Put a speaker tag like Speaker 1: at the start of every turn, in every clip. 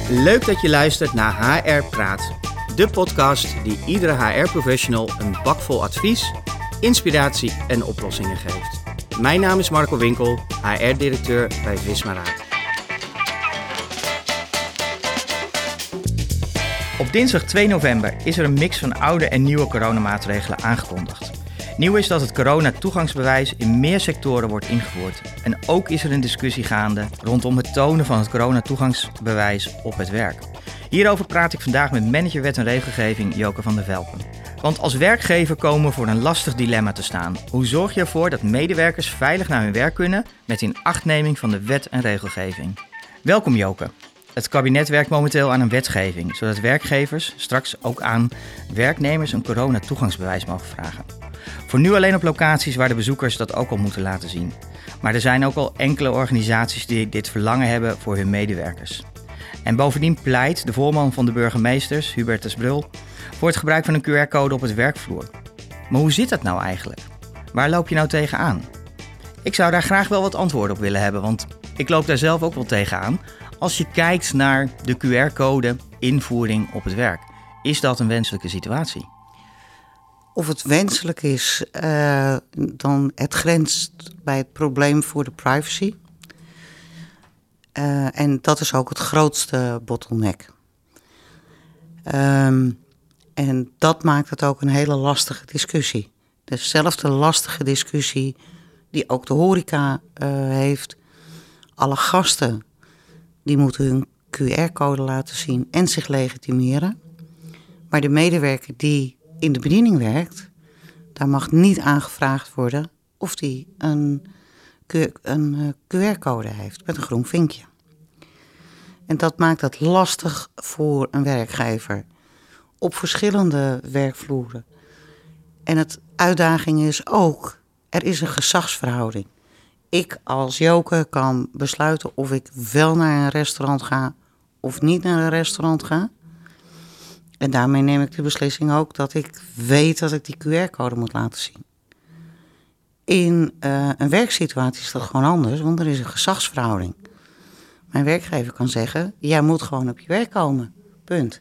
Speaker 1: Leuk dat je luistert naar HR Praat. De podcast die iedere HR-professional een bak vol advies, inspiratie en oplossingen geeft. Mijn naam is Marco Winkel, HR-directeur bij Visma Raad. Op dinsdag 2 november is er een mix van oude en nieuwe coronamaatregelen aangekondigd. Nieuw is dat het coronatoegangsbewijs in meer sectoren wordt ingevoerd. En ook is er een discussie gaande rondom het tonen van het coronatoegangsbewijs op het werk. Hierover praat ik vandaag met manager wet en regelgeving Joke van der Velpen. Want als werkgever komen we voor een lastig dilemma te staan. Hoe zorg je ervoor dat medewerkers veilig naar hun werk kunnen met inachtneming van de wet en regelgeving? Welkom Joke. Het kabinet werkt momenteel aan een wetgeving, zodat werkgevers straks ook aan werknemers een coronatoegangsbewijs mogen vragen. Voor nu alleen op locaties waar de bezoekers dat ook al moeten laten zien. Maar er zijn ook al enkele organisaties die dit verlangen hebben voor hun medewerkers. En bovendien pleit de voorman van de burgemeesters, Hubertus Brul, voor het gebruik van een QR-code op het werkvloer. Maar hoe zit dat nou eigenlijk? Waar loop je nou tegenaan? Ik zou daar graag wel wat antwoorden op willen hebben, want ik loop daar zelf ook wel tegenaan. Als je kijkt naar de QR-code invoering op het werk, is dat een wenselijke situatie?
Speaker 2: Of het wenselijk is, dan het grenst bij het probleem voor de privacy. En dat is ook het grootste bottleneck. En dat maakt het ook een hele lastige discussie. Dezelfde lastige discussie die ook de horeca heeft. Alle gasten die moeten hun QR-code laten zien en zich legitimeren. Maar de medewerker die in de bediening werkt, daar mag niet aangevraagd worden of die een QR-code heeft met een groen vinkje. En dat maakt het lastig voor een werkgever op verschillende werkvloeren. En het uitdaging is ook, er is een gezagsverhouding. Ik als Joke kan besluiten of ik wel naar een restaurant ga of niet naar een restaurant ga. En daarmee neem ik de beslissing ook dat ik weet dat ik die QR-code moet laten zien. In een werksituatie is dat gewoon anders, want er is een gezagsverhouding. Mijn werkgever kan zeggen, jij moet gewoon op je werk komen, punt.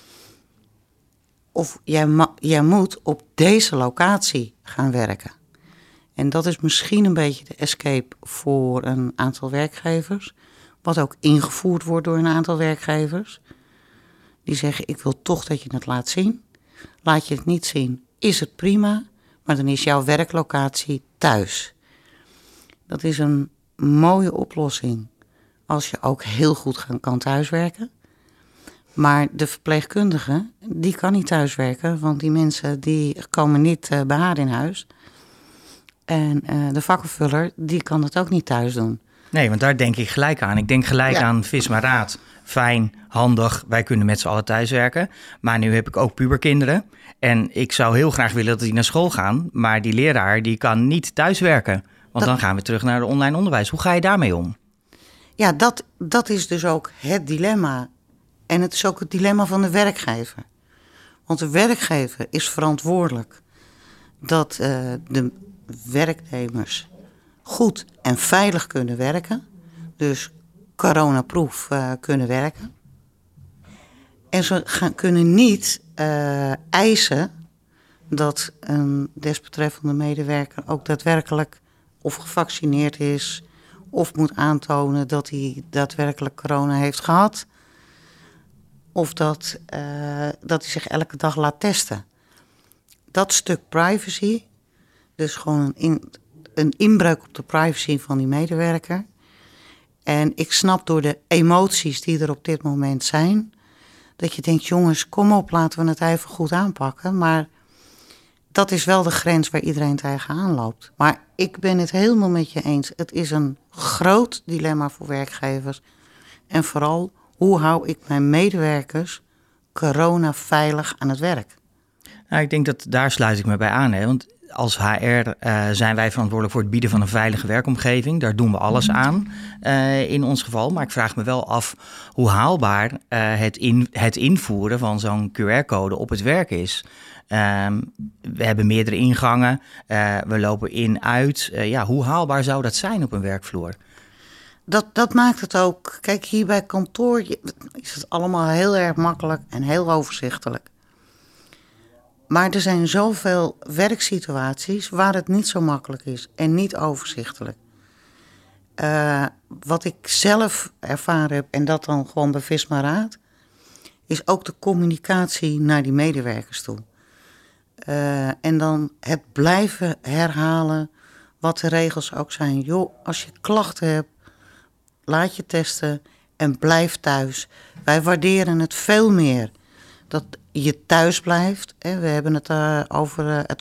Speaker 2: Of jij moet op deze locatie gaan werken. En dat is misschien een beetje de escape voor een aantal werkgevers, wat ook ingevoerd wordt door een aantal werkgevers. Die zeggen, ik wil toch dat je het laat zien. Laat je het niet zien, is het prima, maar dan is jouw werklocatie thuis. Dat is een mooie oplossing als je ook heel goed kan thuiswerken. Maar de verpleegkundige, die kan niet thuiswerken, want die mensen die komen niet bij haar in huis. En de vakkenvuller, die kan het ook niet thuis doen.
Speaker 1: Nee, want daar denk ik gelijk aan. Ik denk gelijk aan Visma Raad. Fijn, handig, wij kunnen met z'n allen thuiswerken. Maar nu heb ik ook puberkinderen. En ik zou heel graag willen dat die naar school gaan. Maar die leraar die kan niet thuiswerken. Want dan gaan we terug naar het online onderwijs. Hoe ga je daarmee om?
Speaker 2: Ja, dat is dus ook het dilemma. En het is ook het dilemma van de werkgever. Want de werkgever is verantwoordelijk dat de werknemers goed en veilig kunnen werken. Dus coronaproof kunnen werken. En ze kunnen niet eisen dat een desbetreffende medewerker ook daadwerkelijk of gevaccineerd is, of moet aantonen dat hij daadwerkelijk corona heeft gehad, of dat hij zich elke dag laat testen. Dat stuk privacy, dus gewoon een inbreuk op de privacy van die medewerker. En ik snap door de emoties die er op dit moment zijn, dat je denkt, jongens, kom op, laten we het even goed aanpakken. Maar dat is wel de grens waar iedereen tegenaan loopt. Maar ik ben het helemaal met je eens. Het is een groot dilemma voor werkgevers. En vooral, hoe hou ik mijn medewerkers corona veilig aan het werk?
Speaker 1: Nou, ik denk dat daar sluit ik me bij aan. Hè? Want als HR zijn wij verantwoordelijk voor het bieden van een veilige werkomgeving. Daar doen we alles aan in ons geval. Maar ik vraag me wel af hoe haalbaar het invoeren van zo'n QR-code op het werk is. We hebben meerdere ingangen. We lopen in, uit. Hoe haalbaar zou dat zijn op een werkvloer?
Speaker 2: Dat maakt het ook. Kijk, hier bij kantoor is het allemaal heel erg makkelijk en heel overzichtelijk. Maar er zijn zoveel werksituaties waar het niet zo makkelijk is en niet overzichtelijk. Wat ik zelf ervaren heb, en dat dan gewoon bij Visma Raad, is ook de communicatie naar die medewerkers toe. En dan het blijven herhalen wat de regels ook zijn. Joh, als je klachten hebt, laat je testen en blijf thuis. Wij waarderen het veel meer dat je thuis blijft. We hebben het over het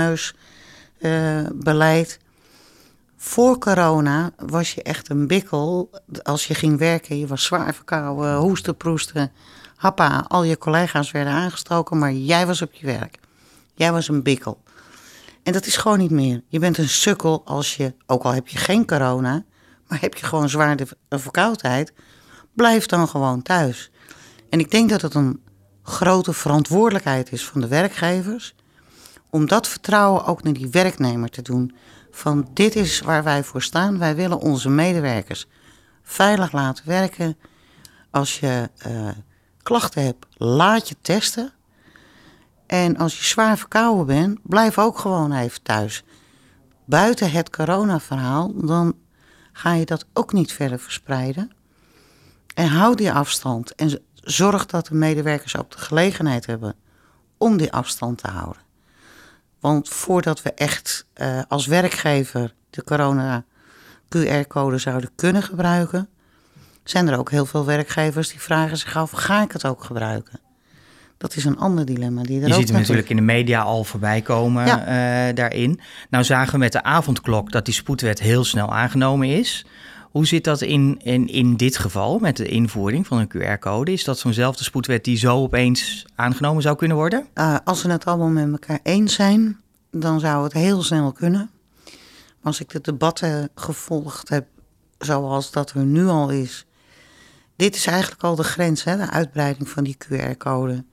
Speaker 2: snotneusbeleid. Voor corona was je echt een bikkel. Als je ging werken, je was zwaar verkouden, hoesten, proesten. Happa, al je collega's werden aangestoken, maar jij was op je werk. Jij was een bikkel. En dat is gewoon niet meer. Je bent een sukkel als je, ook al heb je geen corona, maar heb je gewoon zwaar de verkoudheid, blijf dan gewoon thuis. En ik denk dat het een grote verantwoordelijkheid is van de werkgevers om dat vertrouwen ook naar die werknemer te doen. Van dit is waar wij voor staan. Wij willen onze medewerkers veilig laten werken. Als je klachten hebt, laat je testen. En als je zwaar verkouden bent, blijf ook gewoon even thuis. Buiten het coronaverhaal, dan ga je dat ook niet verder verspreiden. En hou die afstand. En zorg dat de medewerkers ook de gelegenheid hebben om die afstand te houden. Want voordat we echt als werkgever de corona-QR-code zouden kunnen gebruiken, zijn er ook heel veel werkgevers die vragen zich af, ga ik het ook gebruiken? Dat is een ander dilemma.
Speaker 1: Je ziet hem natuurlijk in de media al voorbij komen daarin. Nou zagen we met de avondklok dat die spoedwet heel snel aangenomen is. Hoe zit dat in dit geval met de invoering van een QR-code? Is dat zo'nzelfde spoedwet die zo opeens aangenomen zou kunnen worden?
Speaker 2: Als we het allemaal met elkaar eens zijn, dan zou het heel snel kunnen. Maar als ik de debatten gevolgd heb zoals dat er nu al is, dit is eigenlijk al de grens, hè, de uitbreiding van die QR-code.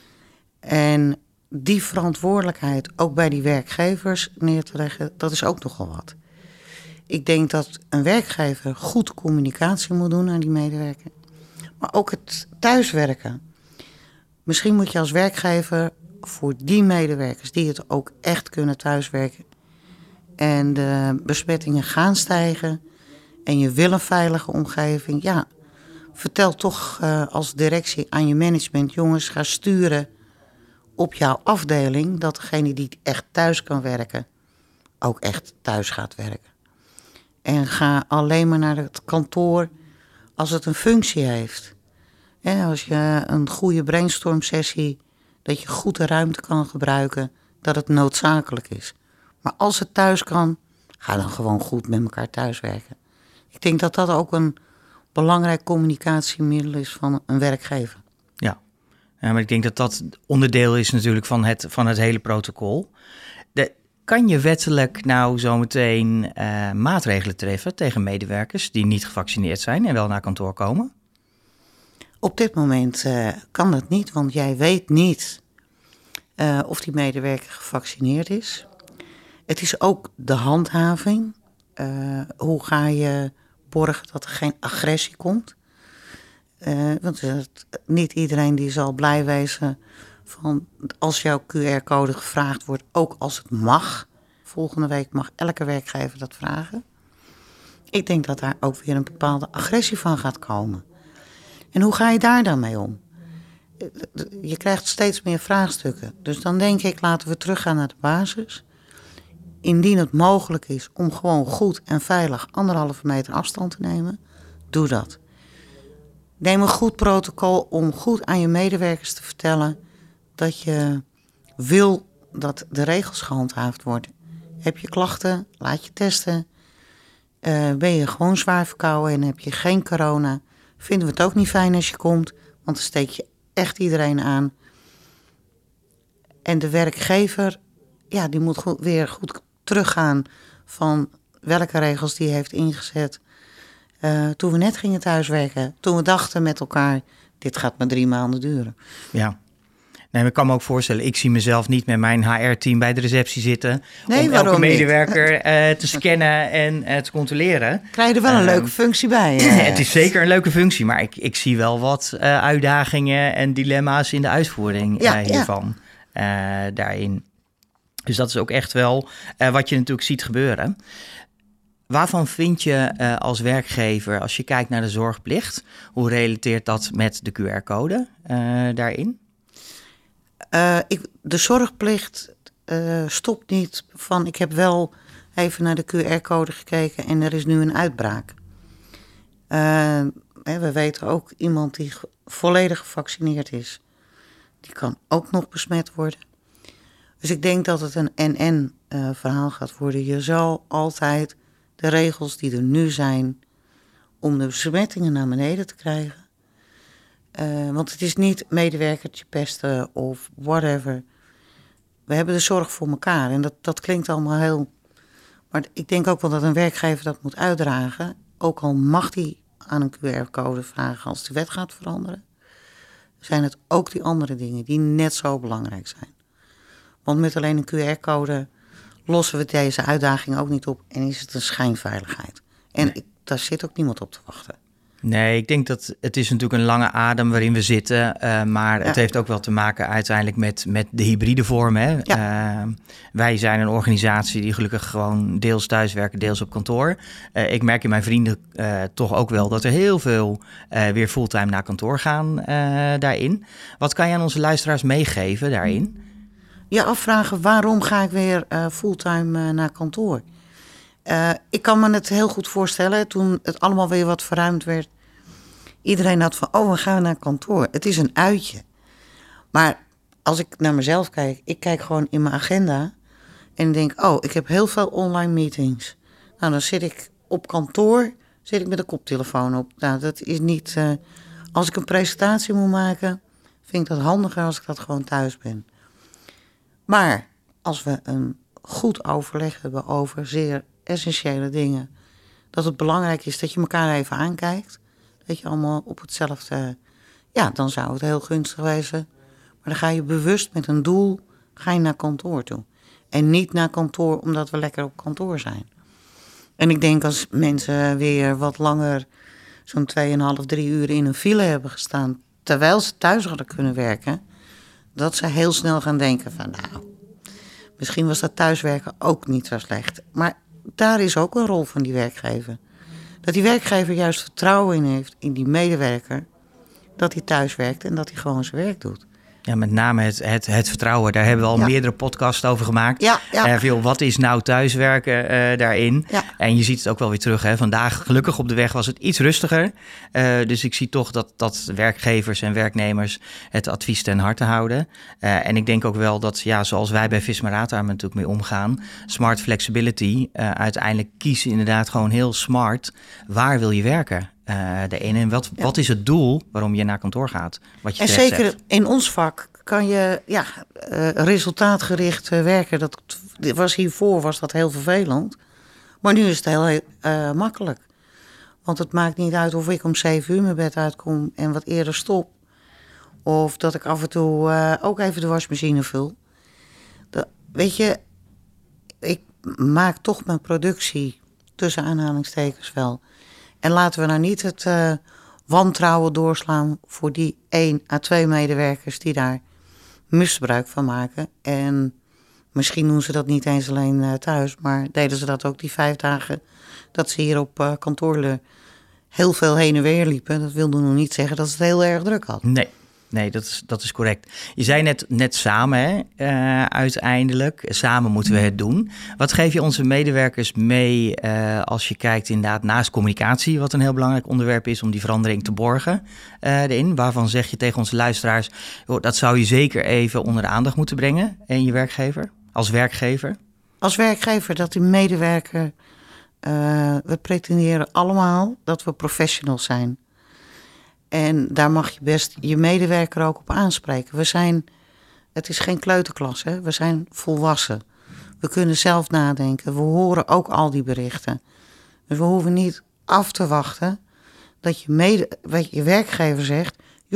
Speaker 2: En die verantwoordelijkheid ook bij die werkgevers neer te leggen, dat is ook nogal wat. Ik denk dat een werkgever goed communicatie moet doen aan die medewerker. Maar ook het thuiswerken. Misschien moet je als werkgever voor die medewerkers die het ook echt kunnen thuiswerken en de besmettingen gaan stijgen en je wil een veilige omgeving, ja, vertel toch als directie aan je management, jongens, ga sturen op jouw afdeling dat degene die echt thuis kan werken ook echt thuis gaat werken. En ga alleen maar naar het kantoor als het een functie heeft. En als je een goede brainstorm-sessie, dat je goed de ruimte kan gebruiken, dat het noodzakelijk is. Maar als het thuis kan, ga dan gewoon goed met elkaar thuiswerken. Ik denk dat dat ook een belangrijk communicatiemiddel is van een werkgever.
Speaker 1: Ja, maar ik denk dat dat onderdeel is natuurlijk van het hele protocol. Kan je wettelijk nou zometeen maatregelen treffen tegen medewerkers die niet gevaccineerd zijn en wel naar kantoor komen?
Speaker 2: Op dit moment kan dat niet, want jij weet niet of die medewerker gevaccineerd is. Het is ook de handhaving. Hoe ga je borgen dat er geen agressie komt? Want niet iedereen die zal blij wezen van als jouw QR-code gevraagd wordt, ook als het mag. Volgende week mag elke werkgever dat vragen. Ik denk dat daar ook weer een bepaalde agressie van gaat komen. En hoe ga je daar dan mee om? Je krijgt steeds meer vraagstukken. Dus dan denk ik, laten we teruggaan naar de basis. Indien het mogelijk is om gewoon goed en veilig 1,5 meter afstand te nemen, doe dat. Neem een goed protocol om goed aan je medewerkers te vertellen dat je wil dat de regels gehandhaafd worden. Heb je klachten, laat je testen. Ben je gewoon zwaar verkouden en heb je geen corona, vinden we het ook niet fijn als je komt, want dan steek je echt iedereen aan. En de werkgever, ja, die moet weer goed teruggaan van welke regels die heeft ingezet. Toen we net gingen thuiswerken, toen we dachten met elkaar, dit gaat maar 3 maanden duren.
Speaker 1: Ja. Nee, maar ik kan me ook voorstellen, ik zie mezelf niet met mijn HR-team bij de receptie zitten.
Speaker 2: Nee,
Speaker 1: om elke medewerker te scannen en te controleren.
Speaker 2: Krijg je er wel een leuke functie bij.
Speaker 1: Het is zeker een leuke functie, maar ik zie wel wat uitdagingen en dilemma's in de uitvoering hiervan. Daarin. Dus dat is ook echt wel wat je natuurlijk ziet gebeuren. Waarvan vind je als werkgever, als je kijkt naar de zorgplicht, hoe relateert dat met de QR-code daarin?
Speaker 2: De zorgplicht stopt niet van, ik heb wel even naar de QR-code gekeken en er is nu een uitbraak. We weten ook iemand die volledig gevaccineerd is, die kan ook nog besmet worden. Dus ik denk dat het een en-en verhaal gaat worden. Je zal altijd de regels die er nu zijn om de besmettingen naar beneden te krijgen. Want het is niet medewerkertje pesten of whatever. We hebben de zorg voor elkaar en dat klinkt allemaal heel... Maar ik denk ook wel dat een werkgever dat moet uitdragen. Ook al mag die aan een QR-code vragen als de wet gaat veranderen. Zijn het ook die andere dingen die net zo belangrijk zijn. Want met alleen een QR-code lossen we deze uitdaging ook niet op en is het een schijnveiligheid. En daar zit ook niemand op te wachten.
Speaker 1: Nee, ik denk dat het is natuurlijk een lange adem waarin we zitten. Maar het heeft ook wel te maken uiteindelijk met de hybride vorm. Hè? Ja. Wij zijn een organisatie die gelukkig gewoon deels thuiswerken, deels op kantoor. Ik merk in mijn vrienden toch ook wel dat er heel veel weer fulltime naar kantoor gaan daarin. Wat kan je aan onze luisteraars meegeven daarin?
Speaker 2: Je afvragen waarom ga ik weer fulltime naar kantoor? Ik kan me het heel goed voorstellen toen het allemaal weer wat verruimd werd. Iedereen had van, we gaan naar kantoor. Het is een uitje. Maar als ik naar mezelf kijk, ik kijk gewoon in mijn agenda en denk, ik heb heel veel online meetings. Nou, dan zit ik op kantoor, zit ik met een koptelefoon op. Nou, dat is niet... als ik een presentatie moet maken, vind ik dat handiger als ik dat gewoon thuis ben. Maar als we een goed overleg hebben over zeer essentiële dingen, dat het belangrijk is dat je elkaar even aankijkt, dat je allemaal op hetzelfde... Ja, dan zou het heel gunstig wezen. Maar dan ga je bewust met een doel, ga je naar kantoor toe. En niet naar kantoor omdat we lekker op kantoor zijn. En ik denk als mensen weer wat langer, zo'n 2,5, 3 uur in een file hebben gestaan, terwijl ze thuis hadden kunnen werken, dat ze heel snel gaan denken van, misschien was dat thuiswerken ook niet zo slecht. Maar daar is ook een rol van die werkgever. Dat die werkgever juist vertrouwen in heeft, in die medewerker, dat hij thuis werkt en dat hij gewoon zijn werk doet.
Speaker 1: Ja, met name het vertrouwen. Daar hebben we al meerdere podcasts over gemaakt. Veel, wat is nou thuiswerken daarin? Ja. En je ziet het ook wel weer terug. Hè. Vandaag, gelukkig op de weg, was het iets rustiger. Dus ik zie toch dat werkgevers en werknemers het advies ten harte houden. En ik denk ook wel dat, zoals wij bij Visma daar natuurlijk mee omgaan, smart flexibility, uiteindelijk kiezen inderdaad gewoon heel smart. Waar wil je werken? En wat is het doel waarom je naar kantoor gaat? Wat je
Speaker 2: en zeker zegt. In ons vak kan je resultaatgericht werken. Hiervoor was dat heel vervelend. Maar nu is het heel makkelijk. Want het maakt niet uit of ik om 7 uur mijn bed uitkom en wat eerder stop. Of dat ik af en toe ook even de wasmachine vul. Weet je, ik maak toch mijn productie tussen aanhalingstekens wel. En laten we nou niet het wantrouwen doorslaan voor die 1 à 2 medewerkers die daar misbruik van maken. En misschien doen ze dat niet eens alleen thuis, maar deden ze dat ook die 5 dagen dat ze hier op kantoor heel veel heen en weer liepen. Dat wilde nog niet zeggen dat ze het heel erg druk hadden.
Speaker 1: Nee, dat is correct. Je zei net samen, uiteindelijk. Samen moeten we het doen. Wat geef je onze medewerkers mee als je kijkt inderdaad naast communicatie, wat een heel belangrijk onderwerp is om die verandering te borgen erin? Waarvan zeg je tegen onze luisteraars, dat zou je zeker even onder de aandacht moeten brengen en je werkgever, als werkgever?
Speaker 2: Als werkgever dat die medewerker, we pretenderen allemaal dat we professionals zijn. En daar mag je best je medewerker ook op aanspreken. Het is geen kleuterklas, hè? We zijn volwassen. We kunnen zelf nadenken. We horen ook al die berichten. Dus we hoeven niet af te wachten dat je werkgever zegt, joh,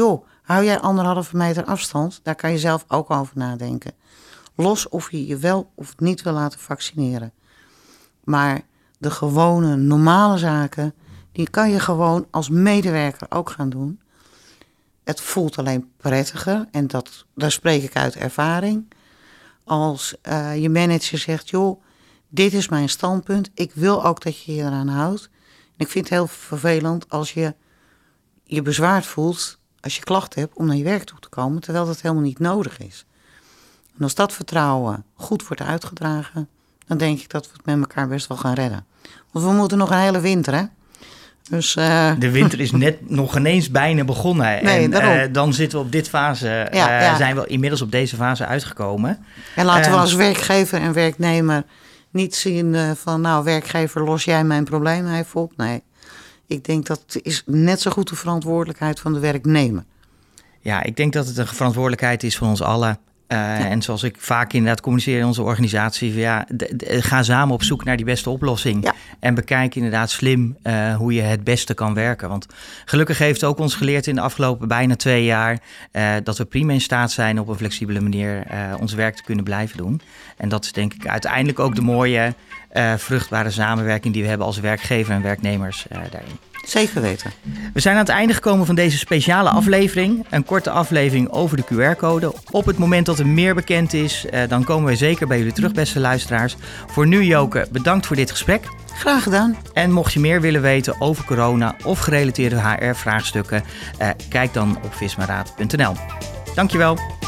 Speaker 2: Hou jij 1,5 meter afstand, daar kan je zelf ook over nadenken. Los of je je wel of niet wil laten vaccineren. Maar de gewone, normale zaken, die kan je gewoon als medewerker ook gaan doen. Het voelt alleen prettiger, en daar spreek ik uit ervaring. Als je manager zegt, joh, dit is mijn standpunt. Ik wil ook dat je je eraan houdt. En ik vind het heel vervelend als je je bezwaard voelt, als je klachten hebt, om naar je werk toe te komen, terwijl dat helemaal niet nodig is. En als dat vertrouwen goed wordt uitgedragen, dan denk ik dat we het met elkaar best wel gaan redden. Want we moeten nog een hele winter, hè? Dus,
Speaker 1: de winter is net nog ineens bijna begonnen.
Speaker 2: Nee,
Speaker 1: en dan zitten we op dit fase, zijn we inmiddels op deze fase uitgekomen.
Speaker 2: En laten we als werkgever en werknemer niet zien van, nou, werkgever, los jij mijn probleem even op. Nee, ik denk dat het is net zo goed de verantwoordelijkheid van de werknemer.
Speaker 1: Ja, ik denk dat het een verantwoordelijkheid is van ons allen. En zoals ik vaak inderdaad communiceer in onze organisatie, ga samen op zoek naar die beste oplossing. Ja. En bekijk inderdaad slim hoe je het beste kan werken. Want gelukkig heeft ook ons geleerd in de afgelopen bijna 2 jaar dat we prima in staat zijn op een flexibele manier ons werk te kunnen blijven doen. En dat is denk ik uiteindelijk ook de mooie, vruchtbare samenwerking die we hebben als werkgever en werknemers daarin.
Speaker 2: Zeker weten.
Speaker 1: We zijn aan het einde gekomen van deze speciale aflevering. Een korte aflevering over de QR-code. Op het moment dat er meer bekend is, dan komen we zeker bij jullie terug, beste luisteraars. Voor nu, Joke, bedankt voor dit gesprek.
Speaker 2: Graag gedaan.
Speaker 1: En mocht je meer willen weten over corona of gerelateerde HR-vraagstukken, kijk dan op vismaraad.nl. Dankjewel.